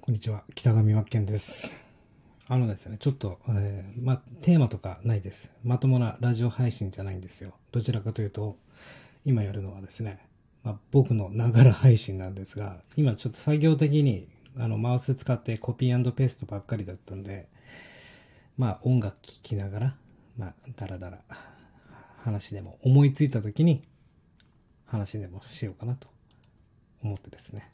こんにちは、北上真剣です。ですね、ちょっと、テーマとかないです。まともなラジオ配信じゃないんですよ。どちらかというと、今やるのはですね、僕のながら配信なんですが、今ちょっと作業的に、マウス使ってコピー&ペーストばっかりだったんで、音楽聴きながら、だらだら、話でも、思いついた時に、話でもしようかなと思ってですね。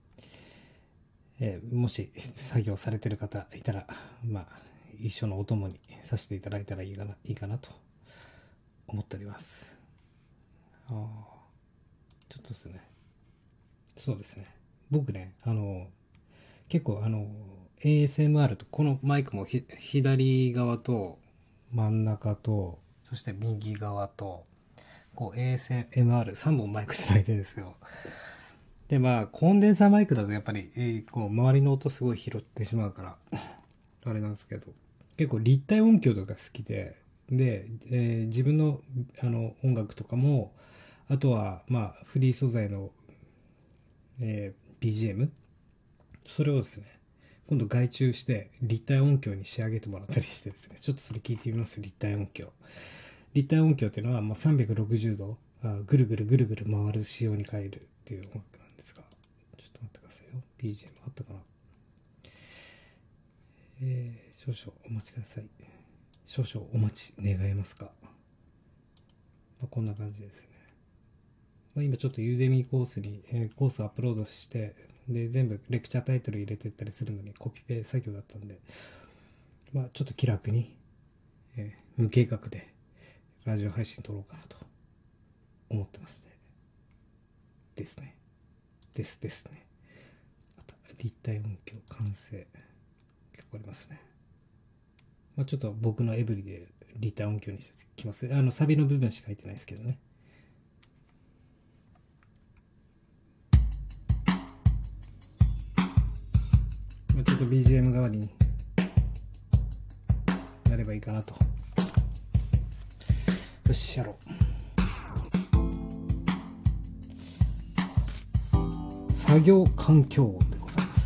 もし作業されてる方いたら、一緒のお供にさせていただいたらいいかなと思っております。ちょっとですね。そうですね。僕ね、結構ASMR と、このマイクも左側と真ん中と、そして右側と、ASMR3 本マイクつないでるんですよ。で、コンデンサーマイクだとやっぱり、周りの音すごい拾ってしまうから、あれなんですけど、結構立体音響とか好きで、自分の、音楽とかも、あとは、フリー素材の、BGM、それをですね、今度外注して立体音響に仕上げてもらったりしてですね、ちょっとそれ聞いてみます。立体音響。立体音響っていうのはもう360度、ぐるぐるぐるぐる回る仕様に変えるっていう音楽なんですが、ちょっと待ってくださいよ。BGM あったかな。少々お待ちください。少々お待ち願えますか。こんな感じですね。今ちょっとユーデミーコースに、コースアップロードして、で、全部レクチャータイトル入れてったりするのにコピペ作業だったんで、ちょっと気楽に、無計画でラジオ配信撮ろうかなと思ってますね。ですね。ですね。あと、立体音響完成。結構ありますね。ちょっと僕のエブリで立体音響にしてきます。サビの部分しか入ってないですけどね。ちょっと BGM 代わりになればいいかなと。よし、やろう。作業環境音でございます。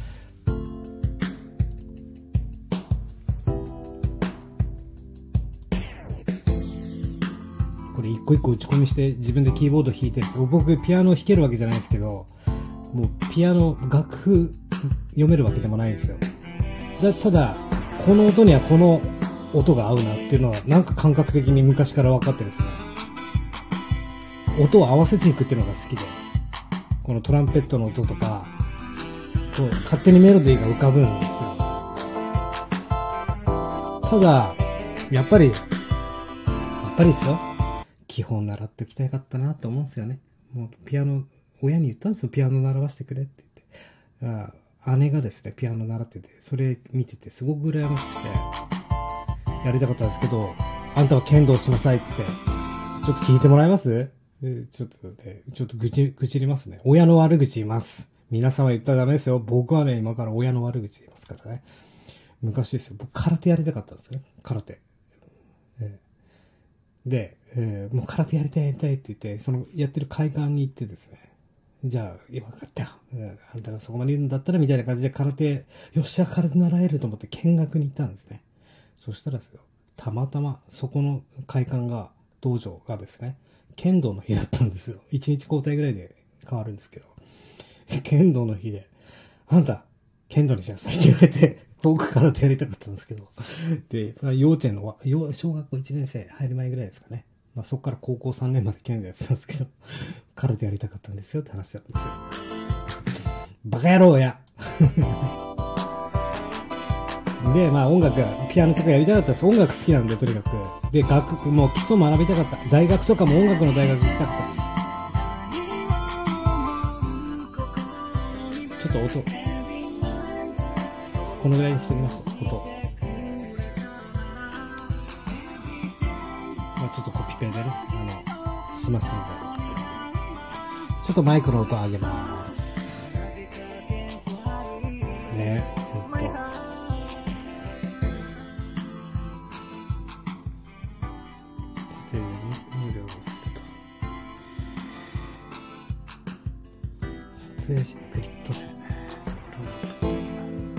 これ一個一個打ち込みして自分でキーボード弾いてるんです。僕ピアノ弾けるわけじゃないですけど、もうピアノ楽譜読めるわけでもないんですよ。ただこの音にはこの音が合うなっていうのはなんか感覚的に昔から分かってですね、音を合わせていくっていうのが好きで、このトランペットの音とか勝手にメロディーが浮かぶんですよ。ただやっぱりですよ、基本習っておきたかったなと思うんですよね。もうピアノ、親に言ったんですよ。ピアノ習わせてくれって言って。姉がですね、ピアノ習ってて、それ見ててすごく羨ましくて、やりたかったんですけど、あんたは剣道しなさいって言って、ちょっと聞いてもらえます？ちょっと愚痴りますね。親の悪口言います。皆様言ったらダメですよ。僕はね、今から親の悪口言いますからね。昔ですよ。僕空手やりたかったんですよね。空手。もう空手やりたいって言って、そのやってる会館に行ってですね、じゃあ、分かったよ。あんたがそこまで言うんだったらみたいな感じで空手、よっしゃ、空手習えると思って見学に行ったんですね。そしたらですよ、たまたまそこの会館が、道場がですね、剣道の日だったんですよ。1日交代ぐらいで変わるんですけど。剣道の日で、あんた、剣道にしなさいって言われて、僕空手やりたかったんですけど。で、幼稚園の、小学校1年生入る前ぐらいですかね。そこから高校3年まで剣道やってたんですけど、空手やりたかったんですよって話だったんですよ。バカ野郎やで、音楽、ピアノとかやりたかったです。音楽好きなんで、とにかく。で、もう基礎学びたかった。大学とかも音楽の大学行きたかったです。ちょっと音、このぐらいにしておきます、音。ちょっとコピペでね、しますので。ちょっとマイクの音上げます。ね、ほんと。入力を捨てと。撮影時クリット線。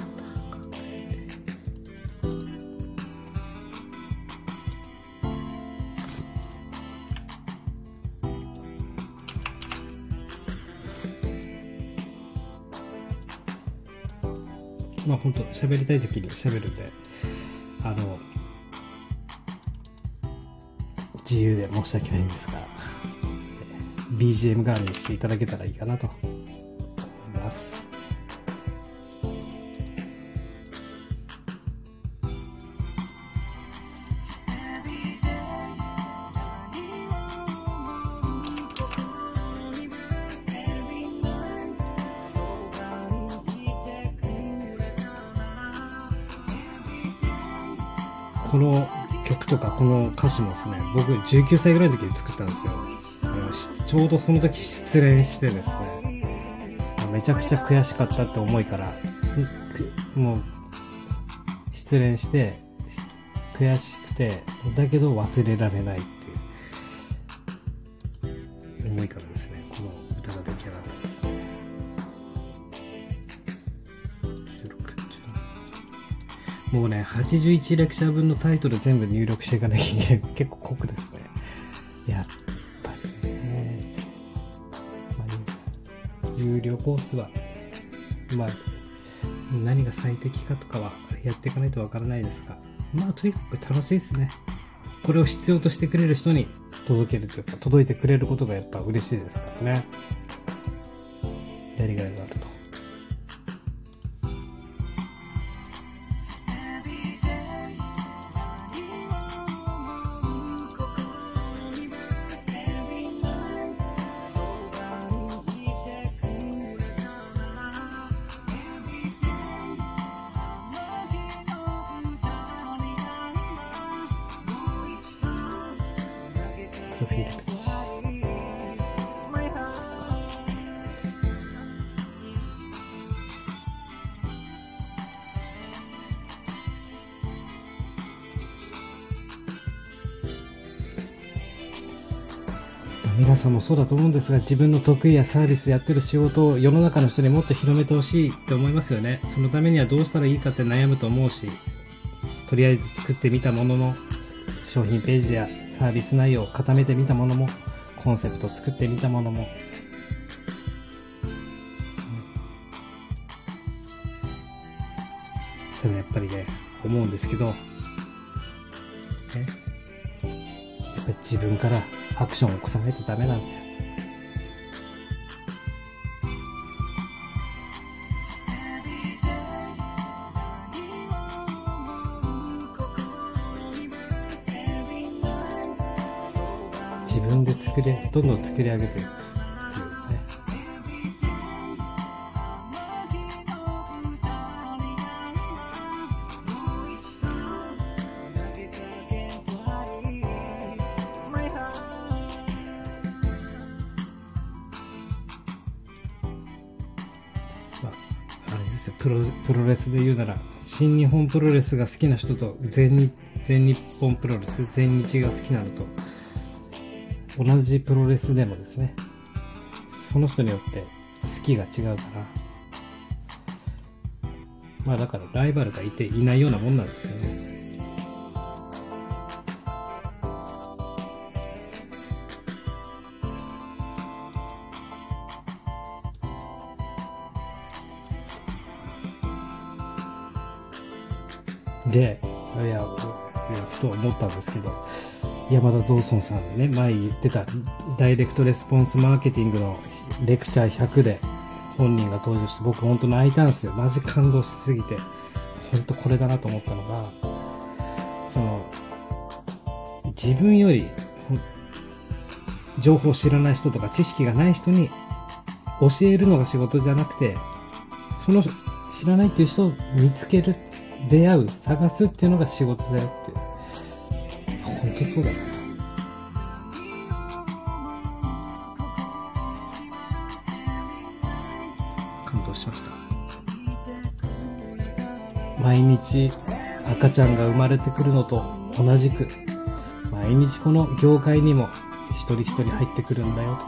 まあ本当喋りたい時に喋るんで、自由で申し訳ないんですが、BGM 代わりにしていただけたらいいかなと思います。この曲とかこの歌詞もですね、僕19歳ぐらいの時に作ったんですよ。ちょうどその時失恋してですね、めちゃくちゃ悔しかったって思いから、もう失恋して悔しくて、だけど忘れられないっていう思いからですね、この歌が出来上がったんですね。もうね、81レクチャー分のタイトル全部入力していかなきゃいけない。結構酷ですね。やっぱりね。有料コースは、何が最適かとかはやっていかないとわからないですが、とにかく楽しいですね。これを必要としてくれる人に届けるというか、届いてくれることがやっぱ嬉しいですからね。やりがいがあると。プロフィールページ。皆さんもそうだと思うんですが、自分の得意やサービスやってる仕事を世の中の人にもっと広めてほしいって思いますよね。そのためにはどうしたらいいかって悩むと思うし、とりあえず作ってみたものの商品ページやサービス内容を固めてみたものも、コンセプト作ってみたものも、ただやっぱりね、思うんですけど、やっぱり自分からアクションを起こさないとダメなんですよ。自分でどんどん作り上げていくっていうね。あれですよ、プロレスで言うなら、新日本プロレスが好きな人と全日本プロレス、全日が好きなのと、同じプロレスでもですね、その人によって好きが違うから、だからライバルがいていないようなもんなんですよね。で、ふと思ったんですけど、山田道尊さんね、前言ってたダイレクトレスポンスマーケティングのレクチャー100で本人が登場して、僕本当泣いたんですよ。マジ感動しすぎて、本当これだなと思ったのが、自分より情報を知らない人とか知識がない人に教えるのが仕事じゃなくて、その知らないっていう人を見つける、出会う、探すっていうのが仕事だよっていう。本当そうだなと。感動しました。毎日赤ちゃんが生まれてくるのと同じく、毎日この業界にも一人一人入ってくるんだよと。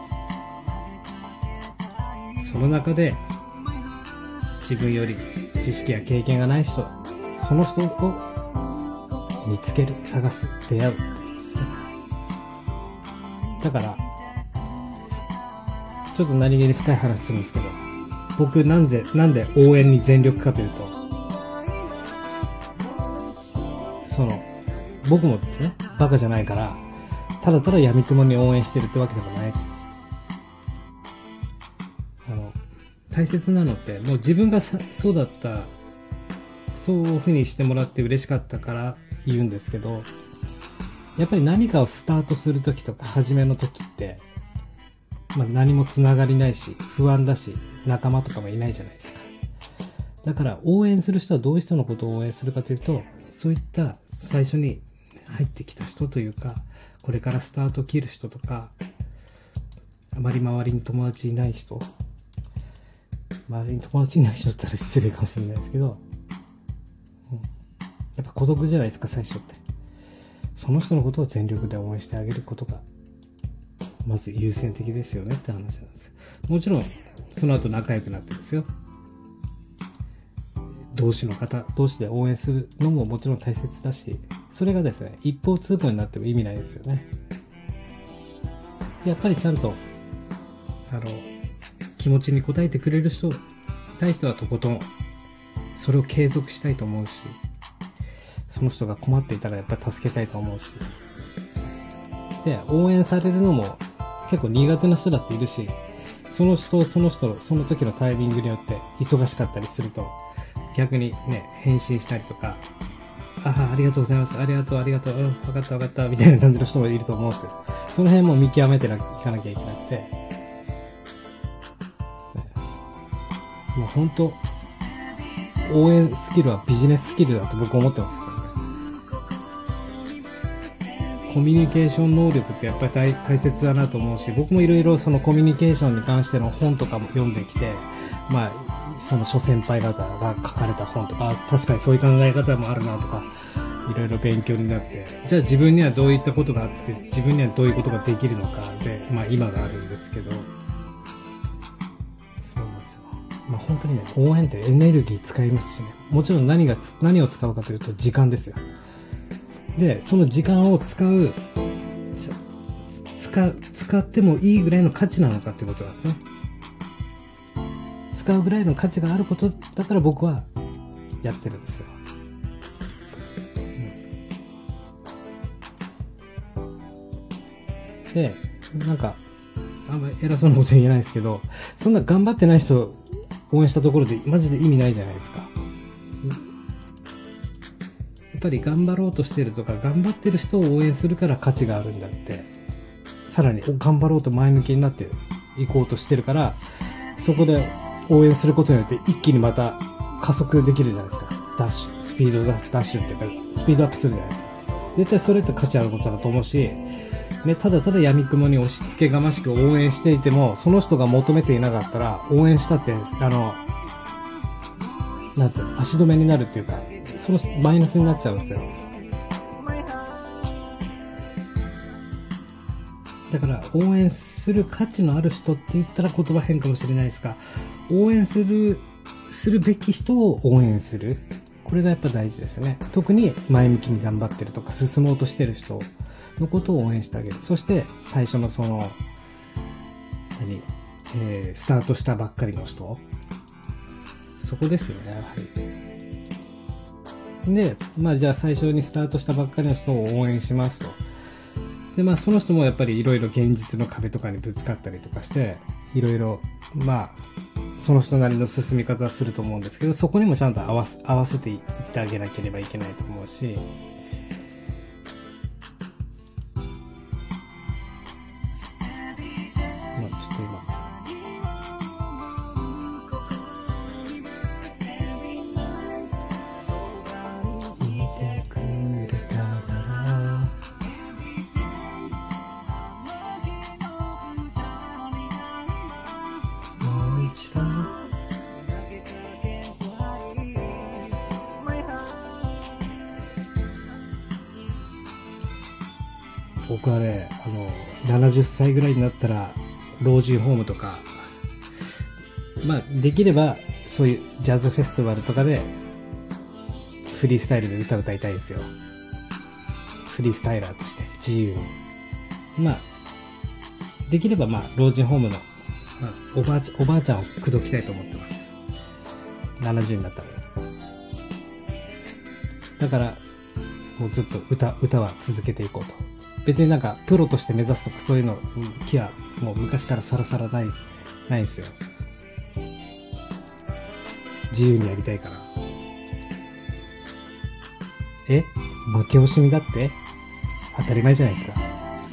その中で自分より知識や経験がない人、その人を見つける、探す、出会うってことですね。だからちょっと何気に深い話するんですけど、僕なんで応援に全力かというと、 僕もですね、バカじゃないから、ただただ闇雲に応援してるってわけでもないです。大切なのって、もう自分がそうだった、そういう風にしてもらって嬉しかったから言うんですけど、やっぱり何かをスタートするときとか初めのときって、何もつながりないし、不安だし、仲間とかもいないじゃないですか。だから応援する人はどういう人のことを応援するかというと、そういった最初に入ってきた人というか、これからスタートを切る人とか、あまり周りに友達いない人、周りに友達いない人だったら失礼かもしれないですけど、やっぱ孤独じゃないですか、最初って。その人のことを全力で応援してあげることがまず優先的ですよねって話なんですよ。もちろんその後仲良くなってですよ、同士の方同士で応援するのももちろん大切だし、それがですね、一方通行になっても意味ないですよね。やっぱりちゃんと気持ちに応えてくれる人に対してはとことんそれを継続したいと思うし、その人が困っていたらやっぱり助けたいと思うし、で応援されるのも結構苦手な人だっているし、その人その時のタイミングによって忙しかったりすると逆にね、返信したりとか、ありがとうございます、ありがとう、分かったみたいな感じの人もいると思うんですよ。その辺も見極めていかなきゃいけなくて、もう本当応援スキルはビジネススキルだと僕は思ってますからね。コミュニケーション能力ってやっぱり大切だなと思うし、僕もいろいろそのコミュニケーションに関しての本とかも読んできて、その諸先輩方が書かれた本とか、確かにそういう考え方もあるなとか、いろいろ勉強になって、じゃあ自分にはどういったことがあって、自分にはどういうことができるのかで、今があるんですけど、本当にね、応援ってエネルギー使いますしね。もちろん何を使うかというと時間ですよ。で、その時間を使ってもいいぐらいの価値なのかということなんですね。使うぐらいの価値があることだから僕はやってるんですよ。で、なんかあんまり偉そうなこと言えないですけど、そんな頑張ってない人応援したところでマジで意味ないじゃないですか。やっぱり頑張ろうとしてるとか頑張ってる人を応援するから価値があるんだって、さらに頑張ろうと前向きになっていこうとしてるから、そこで応援することによって一気にまた加速できるじゃないですか。スピードダッシュっていうかスピードアップするじゃないですか。絶対それって価値あることだと思うし、ね、ただただ闇雲に押し付けがましく応援していても、その人が求めていなかったら応援したってなんて足止めになるっていうか、そのマイナスになっちゃうんですよ。だから応援する価値のある人って言ったら言葉変かもしれないですが、応援するべき人を応援する、これがやっぱ大事ですよね。特に前向きに頑張ってるとか進もうとしてる人のことを応援してあげる。そして最初のスタートしたばっかりの人、そこですよね、やはり。で、じゃあ最初にスタートしたばっかりの人を応援しますと。で、その人もやっぱりいろいろ現実の壁とかにぶつかったりとかして、いろいろその人なりの進み方すると思うんですけど、そこにもちゃんと合わせていってあげなければいけないと思うし、僕はね、70歳ぐらいになったら老人ホームとか、できればそういうジャズフェスティバルとかでフリースタイルで歌いたいですよ。フリースタイラーとして自由に。できれば老人ホームの、おばあちゃんを口説きたいと思ってます。70になったら。だからもうずっと歌は続けていこうと。別になんかプロとして目指すとかそういうの気はもう昔からさらさらないんですよ。自由にやりたいから。負け惜しみだって当たり前じゃないですか。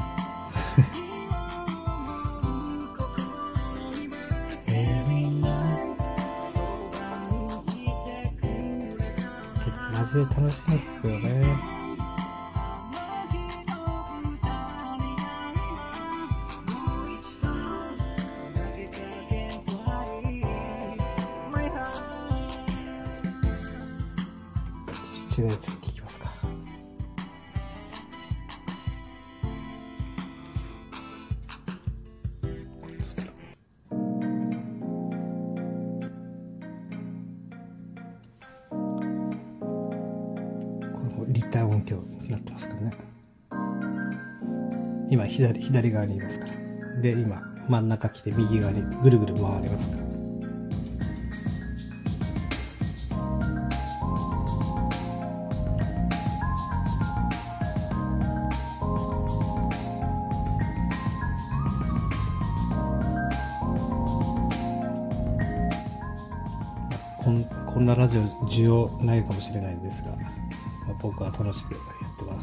マジで楽しいですよね。一度やつ聞きますか。立体音響になってますからね。今左側にいますから。で今真ん中来て右側にぐるぐる回りますから。こんなラジオ需要ないかもしれないんですが、僕は楽しくやってます。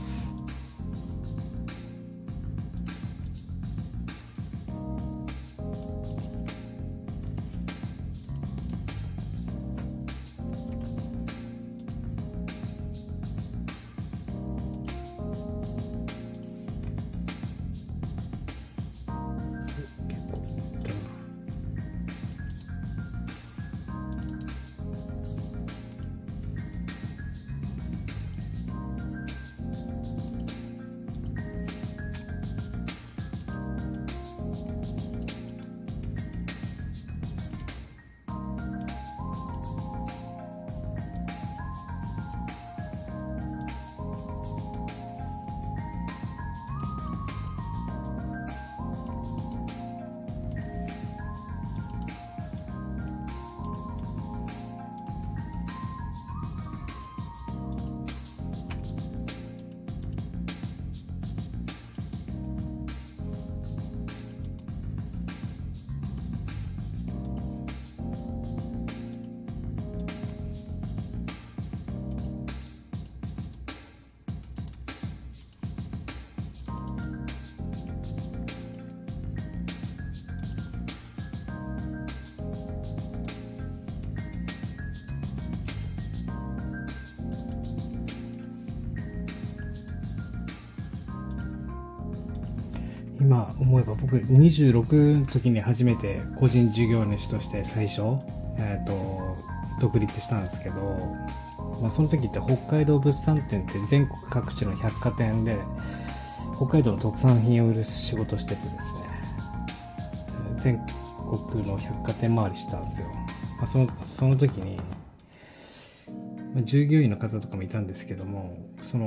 今思えば僕26の時に初めて個人事業主として最初、独立したんですけど、その時って北海道物産展って全国各地の百貨店で北海道の特産品を売る仕事しててですね、全国の百貨店回りしてたんですよ。その時に従業員の方とかもいたんですけども、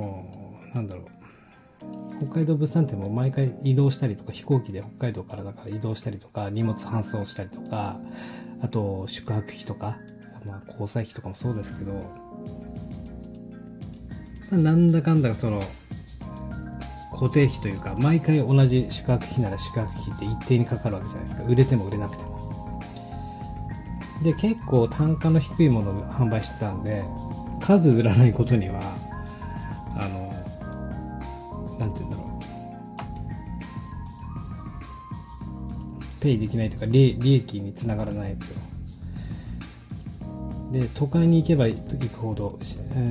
北海道物産展も毎回移動したりとか、飛行機で北海道からだから移動したりとか、荷物搬送したりとか、あと宿泊費とか、交際費とかもそうですけど、なんだかんだ固定費というか、毎回同じ宿泊費なら宿泊費って一定にかかるわけじゃないですか。売れても売れなくても。で、結構単価の低いものを販売してたんで、数売らないことにはなんていうんだろう、ペイできないというか利益につながらないんですよ。で、都会に行けば行くほど、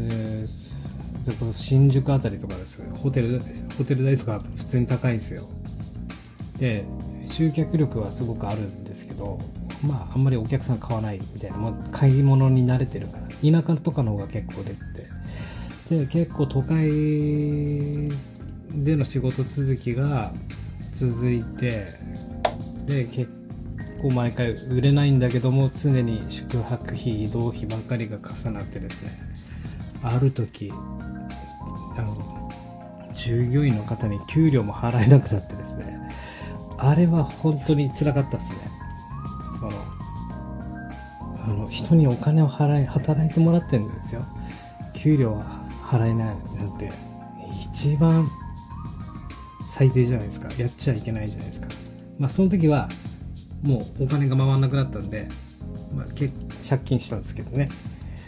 新宿あたりとかですね、ホテル代とか普通に高いんですよ。で、集客力はすごくあるんですけど、あんまりお客さん買わないみたいな、買い物に慣れてるから、田舎とかの方が結構出て、で、結構都会での仕事続きが続いて、で、結構毎回売れないんだけども、常に宿泊費、移動費ばっかりが重なってですね、ある時、従業員の方に給料も払えなくなってですね、あれは本当に辛かったですね。人にお金を働いてもらってるんですよ。給料は払えないなんて一番最低じゃないですか。やっちゃいけないじゃないですか。その時はもうお金が回らなくなったんで、借金したんですけどね。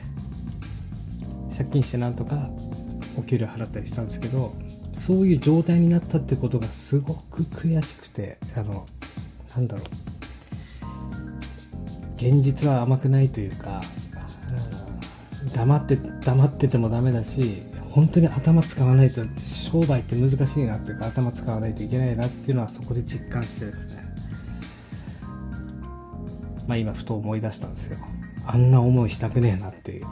借金してなんとかお給料払ったりしたんですけど、そういう状態になったってことがすごく悔しくて、現実は甘くないというか、黙っててもダメだし、本当に頭使わないと、商売って難しいなっていうか、頭使わないといけないなっていうのはそこで実感してですね、今ふと思い出したんですよ。あんな思いしたくねえなっていう。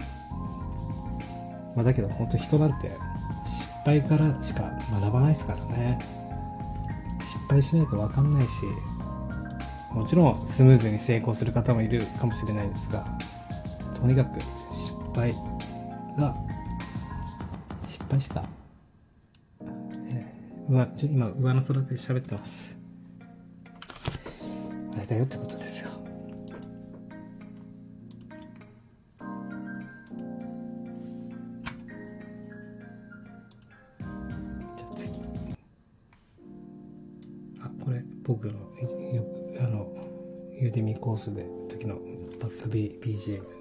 だけど本当人なんて失敗からしか学ばないですからね。失敗しないと分かんないし、もちろんスムーズに成功する方もいるかもしれないですが、とにかく失敗しか、今上の空で喋ってます。あれだよってことですよ。じゃあ次、これ僕のよくユーデミコースで時のバック BGM、 こ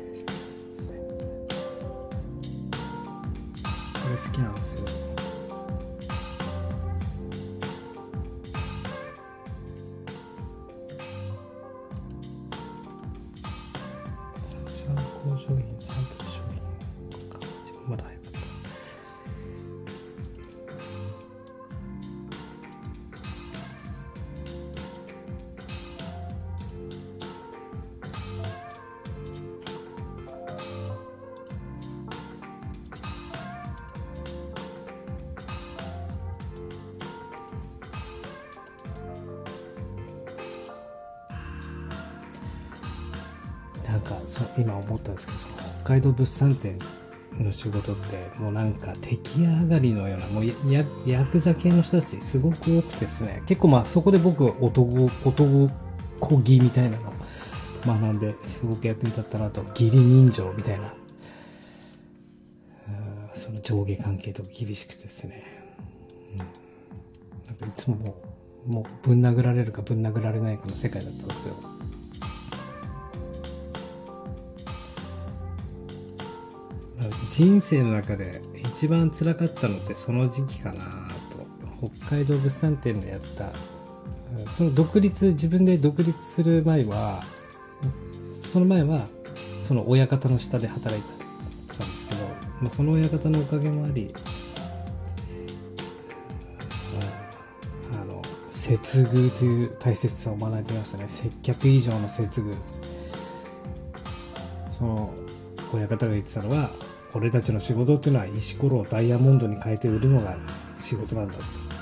れ好きなんですよ。工場品、サンプル商品か、まだ早かった。今思ったんですけど、北海道物産展の仕事ってもう出来上がりのような、もうヤクザ系の人たちすごく多くてですね、結構そこで僕男気みたいなのを学んで、すごく役に立ったなと。義理人情みたいな、その上下関係とか厳しくてですね、いつももうぶん殴られるかぶん殴られないかの世界だったんですよ。人生の中で一番辛かったのってその時期かなと。北海道物産展でやった、その自分で独立する前は、その親方の下で働いてたんですけど、その親方のおかげもあり、接遇という大切さを学びましたね。接客以上の接遇。その親方が言ってたのは、俺たちの仕事っていうのは石ころをダイヤモンドに変えて売るのが仕事なんだ。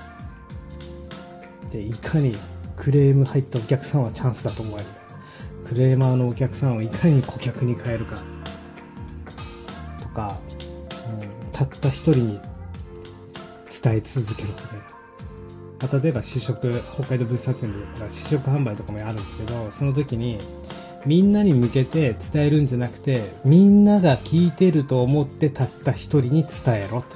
で、いかにクレーム入ったお客さんはチャンスだと思える。クレーマーのお客さんをいかに顧客に変えるかとか、たった一人に伝え続けるみたいな。例えば北海道物産展で試食販売とかもあるんですけど、その時にみんなに向けて伝えるんじゃなくて、みんなが聞いてると思ってたった一人に伝えろ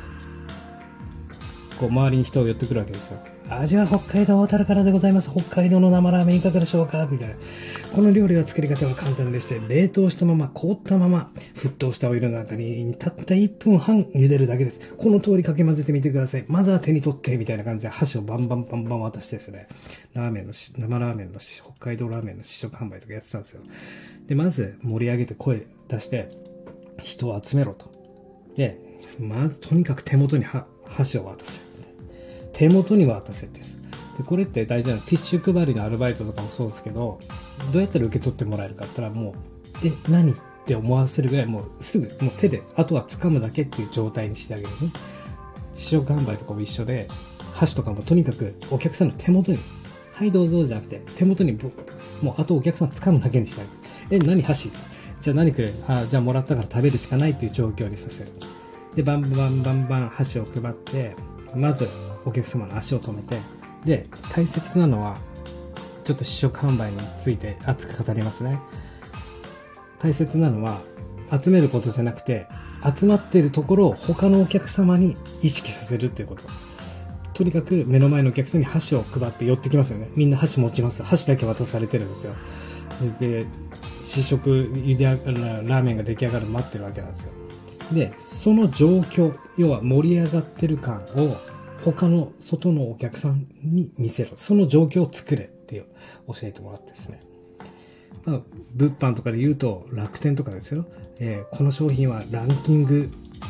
と。周りに人を寄ってくるわけですよ。味は北海道小樽からでございます。北海道の生ラーメンいかがでしょうかみたいな。この料理は作り方は簡単でして、冷凍したまま、凍ったまま、沸騰したお湯の中にたった1分半茹でるだけです。この通りかき混ぜてみてください。まずは手に取って、みたいな感じで箸をバンバン渡してですね、生ラーメンの北海道ラーメンの試食販売とかやってたんですよ。で、まず盛り上げて声出して、人を集めろと。で、まずとにかく手元に箸を渡せ。手元に渡せってです。で、これって大事なの。ティッシュ配りのアルバイトとかもそうですけど、どうやったら受け取ってもらえるかって言ったら、もう、何って思わせるぐらい、もうすぐ、もう手で、あとは掴むだけっていう状態にしてあげるんですね。試食販売とかも一緒で、箸とかもとにかくお客さんの手元に、はいどうぞじゃなくて、手元にもうあとお客さん掴むだけにしてあげる。何箸？じゃあ何くれる？じゃあもらったから食べるしかないっていう状況にさせる。で、バンバン箸を配って、まずお客様の足を止めて、で、大切なのは、ちょっと試食販売について熱く語りますね。大切なのは、集めることじゃなくて、 集まっているところを他のお客様に意識させるっていうこと。とにかく目の前のお客さんに箸を配って寄ってきますよね。みんな箸持ちます。箸だけ渡されてるんですよ。で、試食、ラーメンが出来上がるの待ってるわけなんですよ。で、その状況、要は盛り上がってる感を他の外のお客さんに見せる。その状況を作れって教えてもらってですね。まあ、物販とかで言うと楽天とかですよ。この商品はランキング、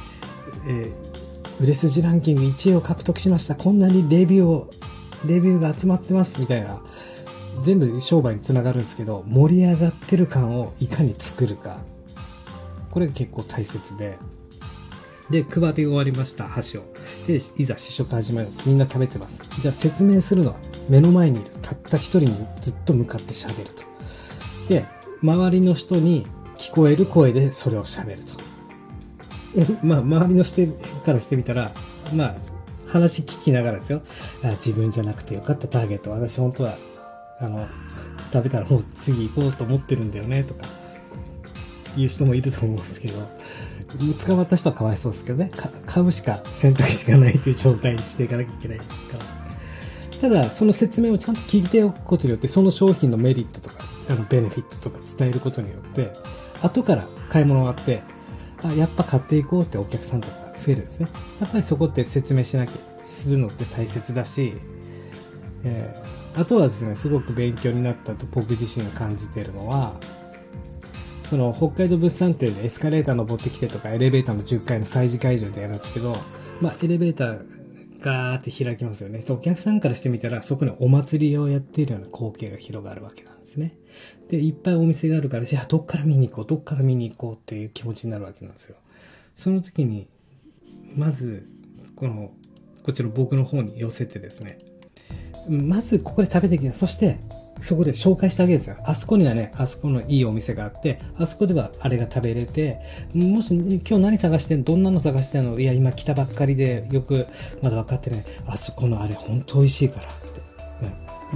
売れ筋ランキング1位を獲得しました。こんなにレビューが集まってますみたいな。全部商売につながるんですけど、盛り上がってる感をいかに作るか。これが結構大切で。で、配り終わりました、箸を。で、いざ試食始まります。みんな食べてます。じゃあ説明するのは目の前にいるたった一人にずっと向かって喋ると。で、周りの人に聞こえる声でそれを喋ると。まあ、周りの人からしてみたら、まあ、話聞きながらですよ。自分じゃなくてよかったターゲット。私本当は、食べたらもう次行こうと思ってるんだよね、とか、言う人もいると思うんですけど、捕まった人はかわいそうですけどね。買うしか選択肢がないという状態にしていかなきゃいけないから。ただ、その説明をちゃんと聞いておくことによって、その商品のメリットとか、ベネフィットとか伝えることによって、後から買い物があって、やっぱ買っていこうってお客さんとか増えるんですね。やっぱりそこって説明するのって大切だし、あとはですね、すごく勉強になったと僕自身感じているのは、その北海道物産展でエスカレーター登ってきてとかエレベーターの10階の催事会場でやるんですけど、まあエレベーターガーって開きますよね。お客さんからしてみたらそこにお祭りをやっているような光景が広がるわけなんですね。で、いっぱいお店があるから、じゃあどっから見に行こうっていう気持ちになるわけなんですよ。その時に、まず、こっちの僕の方に寄せてですね、まずここで食べてきな。そして、そこで紹介してあげるんですよ。あそこにはね、あそこのいいお店があって、あそこではあれが食べれて、もし、今日何探してんの？どんなの探してんの？いや、今来たばっかりで、よくまだ分かってない。あそこのあれ本当美味しいからって。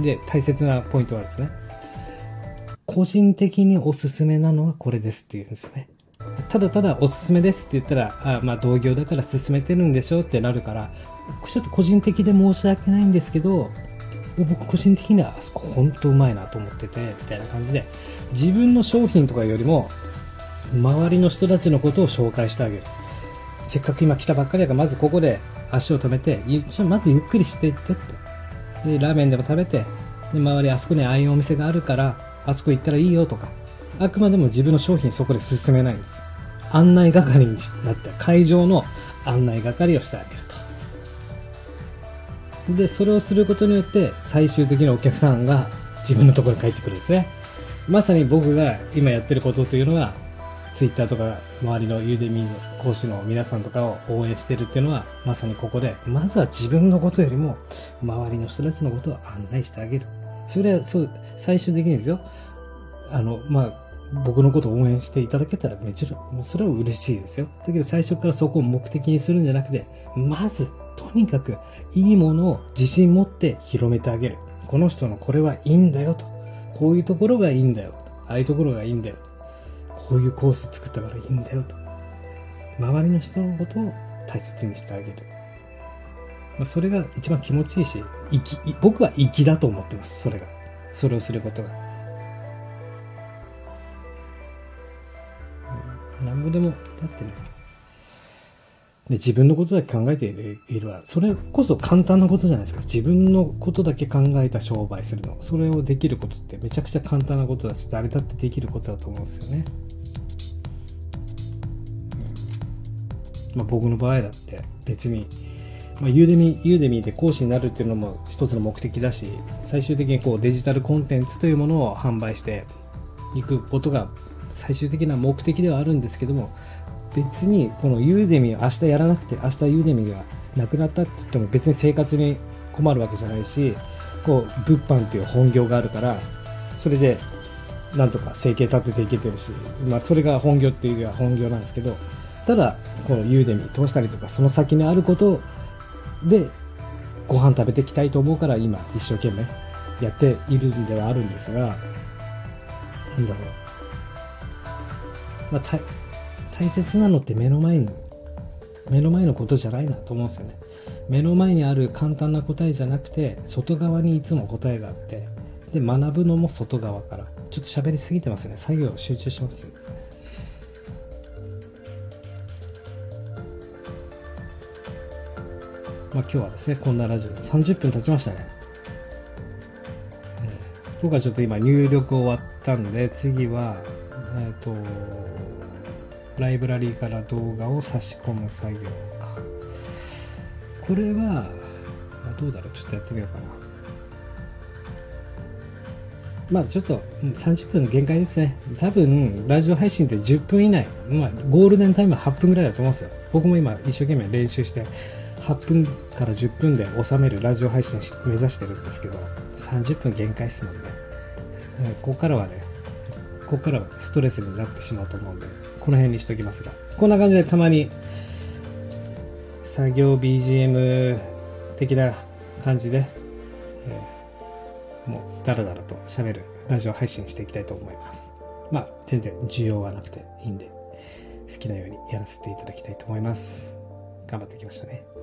で、大切なポイントはですね、個人的におすすめなのはこれですって言うんですよね。ただただおすすめですって言ったら、まあ同業だから勧めてるんでしょってなるから、ちょっと個人的で申し訳ないんですけど、僕個人的にはあそこ本当うまいなと思ってて、みたいな感じで、自分の商品とかよりも、周りの人たちのことを紹介してあげる。せっかく今来たばっかりだから、まずここで足を止めて、まずゆっくりしていってって。で、ラーメンでも食べて、で、周りあそこにああいうお店があるから、あそこ行ったらいいよとか、あくまでも自分の商品そこで進めないんです。案内係になって、会場の案内係をしてあげると。で、それをすることによって、最終的にお客さんが自分のところに帰ってくるんですね。まさに僕が今やってることというのは、ツイッターとか周りのユーデミの講師の皆さんとかを応援してるっていうのは、まさにここで、まずは自分のことよりも、周りの人たちのことを案内してあげる。それはそう、最終的にですよ。まあ、僕のことを応援していただけたらもちろん、それは嬉しいですよ。だけど最初からそこを目的にするんじゃなくて、まず、とにかくいいものを自信持って広めてあげる。この人のこれはいいんだよと。こういうところがいいんだよ。ああいうところがいいんだよ。こういうコース作ったからいいんだよと。周りの人のことを大切にしてあげる。まあ、それが一番気持ちいいし、僕は粋だと思ってます。それが。それをすることが。なんぼでも、だってね。で、自分のことだけ考えているわ。それこそ簡単なことじゃないですか。自分のことだけ考えた商売するの。それをできることってめちゃくちゃ簡単なことだし、誰だってできることだと思うんですよね。まあ僕の場合だって別に、まあユーデミーで講師になるっていうのも一つの目的だし、最終的にこうデジタルコンテンツというものを販売していくことが最終的な目的ではあるんですけども、別にこのユーデミーを明日やらなくて、明日ユーデミーがなくなったって言っても別に生活に困るわけじゃないし、こう物販っていう本業があるから、それでなんとか生計立てていけてるし、まあそれが本業っていうのは本業なんですけど、ただこのユーデミー通したりとかその先にあることでご飯食べていきたいと思うから今一生懸命やっているんではあるんですが、なんだろう、まあ、 大切なのって目の前のことじゃないなと思うんですよね。目の前にある簡単な答えじゃなくて、外側にいつも答えがあって、で学ぶのも外側から。ちょっと喋りすぎてますね。作業集中します。今日はですね、こんなラジオ30分経ちましたね。僕はちょっと今入力終わったんで、次はライブラリーから動画を差し込む作業か。これはどうだろう、ちょっとやってみようかな。ちょっと30分の限界ですね。多分ラジオ配信って10分以内、ゴールデンタイムは8分ぐらいだと思うんですよ。僕も今一生懸命練習して8分から10分で収めるラジオ配信目指してるんですけど、30分限界ですもんね。ここからはストレスになってしまうと思うんで、この辺にしときますが、こんな感じでたまに作業 BGM 的な感じで、もうダラダラと喋るラジオ配信していきたいと思います。全然需要はなくていいんで、好きなようにやらせていただきたいと思います。頑張っていきましたね。